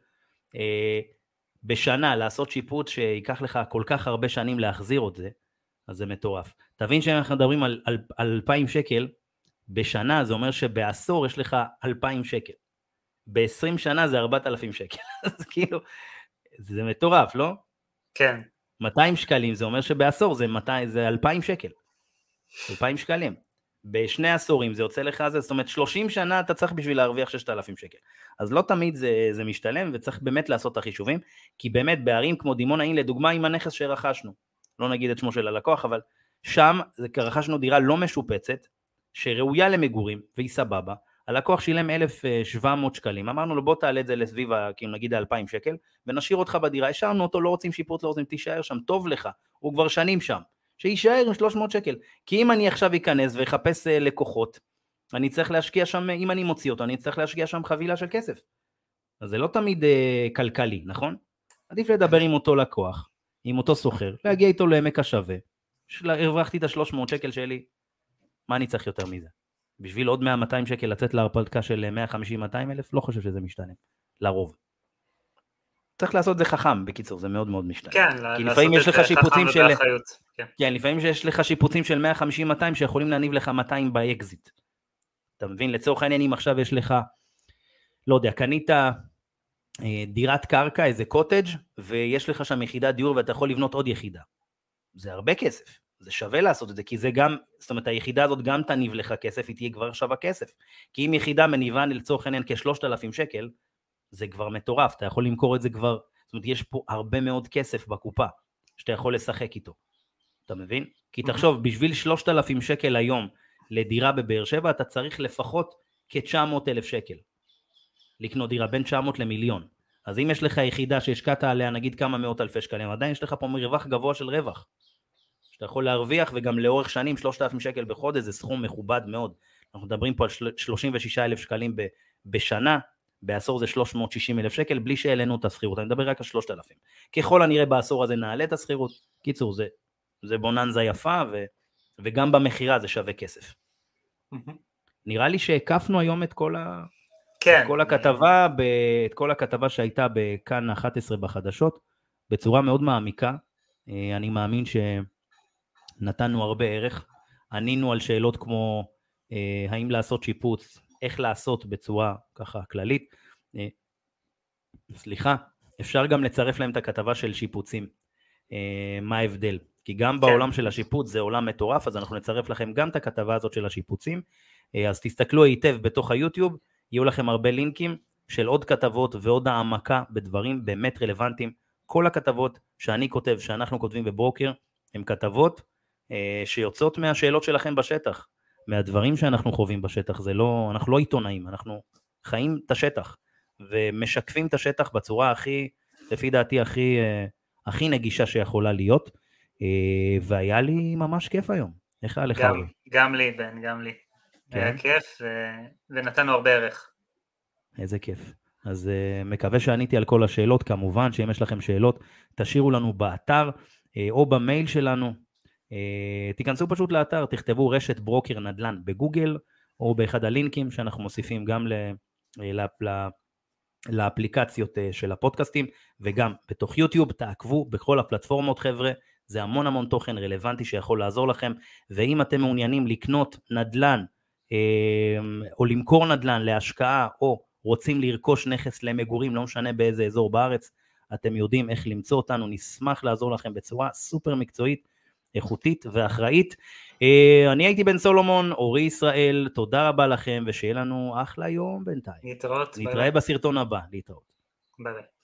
בשנה לעשות שיפוץ שיקח לך כל כך הרבה שנים להחזיר את זה, אז זה מטורף. תבין שאנחנו מדברים על 2,000 שקל, בשנה זה אומר שבעשור יש לך 2,000 שקל, ב-20 שנה זה 4,000 שקל, אז כאילו, זה מטורף, לא? כן. 200 שקלים, זה אומר שבעשור זה 2,000 שקל, 2,000 שקלים. בשני עשורים זה יוצא לך, זאת אומרת 30 שנה אתה צריך בשביל להרוויח 6,000 שקל. אז לא תמיד זה משתלם, וצריך באמת לעשות את החישובים, כי באמת בערים כמו דימונה, הנה לדוגמה עם הנכס שרכשנו, לא נגיד את שמו של הלקוח, אבל שם רכשנו דירה לא משופצת, שראויה למגורים, והיא סבבה, הלקוח שילם 1,700 שקלים, אמרנו לו בוא תעלה את זה לסביב, כאילו נגיד 2,000 שקל, ונשאיר אותך בדירה, השארנו אותו, לא רוצים שיפוץ, לא רוצים, תישאר שם, טוב לך, הוא כבר שנים שם, שישאר עם 300 שקל, כי אם אני עכשיו אכנס ויחפש לקוחות, אני צריך להשקיע שם, אם אני מוציא אותו, אני צריך להשקיע שם חבילה של כסף, אז זה לא תמיד כלכלי, נכון? עדיף לדבר עם אותו לקוח, עם אותו סוחר, להגיע איתו לעמק השווה, הרווחתי את 300 שקל שלי, מה אני צריך יותר מזה? בשביל עוד 100-200 שקל לצאת להרפתקה של 150-200 אלף, לא חושב שזה משתנה, לרוב. צריך לעשות זה חכם, בקיצור, זה מאוד מאוד משתנה. כן, כי לפעמים יש לך שיפוצים של... כן. כן, לפעמים יש לך שיפוצים של 150-200 שיכולים להניב לך 200 באקזיט. אתה מבין? לצורך העניין, אם עכשיו יש לך, לא יודע, קנית דירת קרקע, איזה קוטג' ויש לך שם יחידת דיור ואתה יכול לבנות עוד יחידה. זה הרבה כסף. זה שווה לעשות את זה, כי זה גם, זאת אומרת, היחידה הזאת גם תניב לך כסף, היא תהיה כבר שווה כסף. כי אם יחידה מניבה לצורך העניין כ3,000 שקל, זה כבר מטורף, אתה יכול למכור את זה כבר, זאת אומרת, יש פה הרבה מאוד כסף בקופה, שאתה יכול לשחק איתו. אתה מבין? כי תחשוב, בשביל 3,000 שקל היום לדירה בבאר שבע, אתה צריך לפחות כ-900,000 שקל. לקנות דירה בין 900 למיליון. אז אם יש לך יחידה שהשקעת עליה נגיד כמה מאות אלפי שקלים, עדיין יש לך פה מרווח גבוה של רווח. שאתה יכול להרוויח, וגם לאורך שנים 3,000 שקל בחודש זה סכום מכובד מאוד. אנחנו מדברים פה על 36,000 שקלים בשנה, בעשור זה 360,000 שקל, בלי שהעלינו את הסחירות. אני מדבר רק על 3,000. ככל הנראה בעשור הזה נעלה את הסחירות. קיצור, זה בוננזה יפה, וגם במחירה זה שווה כסף. נראה לי שהקפנו היום את כל הכתבה שהייתה בכאן 11 בחדשות, בצורה מאוד מעמיקה. אני מאמין שנתנו הרבה ערך, ענינו על שאלות כמו האם לעשות שיפוץ, איך לעשות בצורה ככה כללית. סליחה, אפשר גם לצרף להם את הכתבה של שיפוצים, מה ההבדל, כי גם בעולם של השיפוץ זה עולם מטורף, אז אנחנו נצרף לכם גם את הכתבה הזאת של השיפוצים, אז תסתכלו היטב בתוך היוטיוב, יהיו לכם הרבה לינקים של עוד כתבות ועוד העמקה בדברים באמת רלוונטיים. כל הכתבות שאני כותב, שאנחנו כותבים בברוקר, הן כתבות שיוצאות מהשאלות שלכם בשטח, מהדברים שאנחנו חווים בשטח. אנחנו לא עיתונאים, אנחנו חיים את השטח, ומשקפים את השטח בצורה לפי דעתי, הכי נגישה שיכולה להיות, והיה לי ממש כיף היום. איך היה לך? גם לי, בן, גם לי. היה כיף, ונתנו הרבה ערך. איזה כיף. אז מקווה שעניתי על כל השאלות. כמובן שאם יש לכם שאלות, תשאירו לנו באתר, או במייל שלנו. תיכנסו פשוט לאתר, תכתבו רשת ברוקר נדל"ן בגוגל, או באחד הלינקים שאנחנו מוסיפים גם לאפליקציות של הפודקאסטים, וגם בתוך יוטיוב. תעקבו בכל הפלטפורמות, חבר'ה. זה המון תוכן רלוונטי שיכול לעזור לכם, ואם אתם מעוניינים לקנות נדל"ן, או למכור נדל"ן להשקעה, או רוצים לרכוש נכס למגורים, לא משנה באיזה אזור בארץ, אתם יודעים איך למצוא אותנו, נשמח לעזור לכם בצורה סופר מקצועית, איכותית ואחראית. אני הייתי בן סולומון, אורי ישראל, תודה רבה לכם, ושיהיה לנו אחלה יום בינתיים. להתראות. נתראה בסרטון הבא, להתראות. ביי.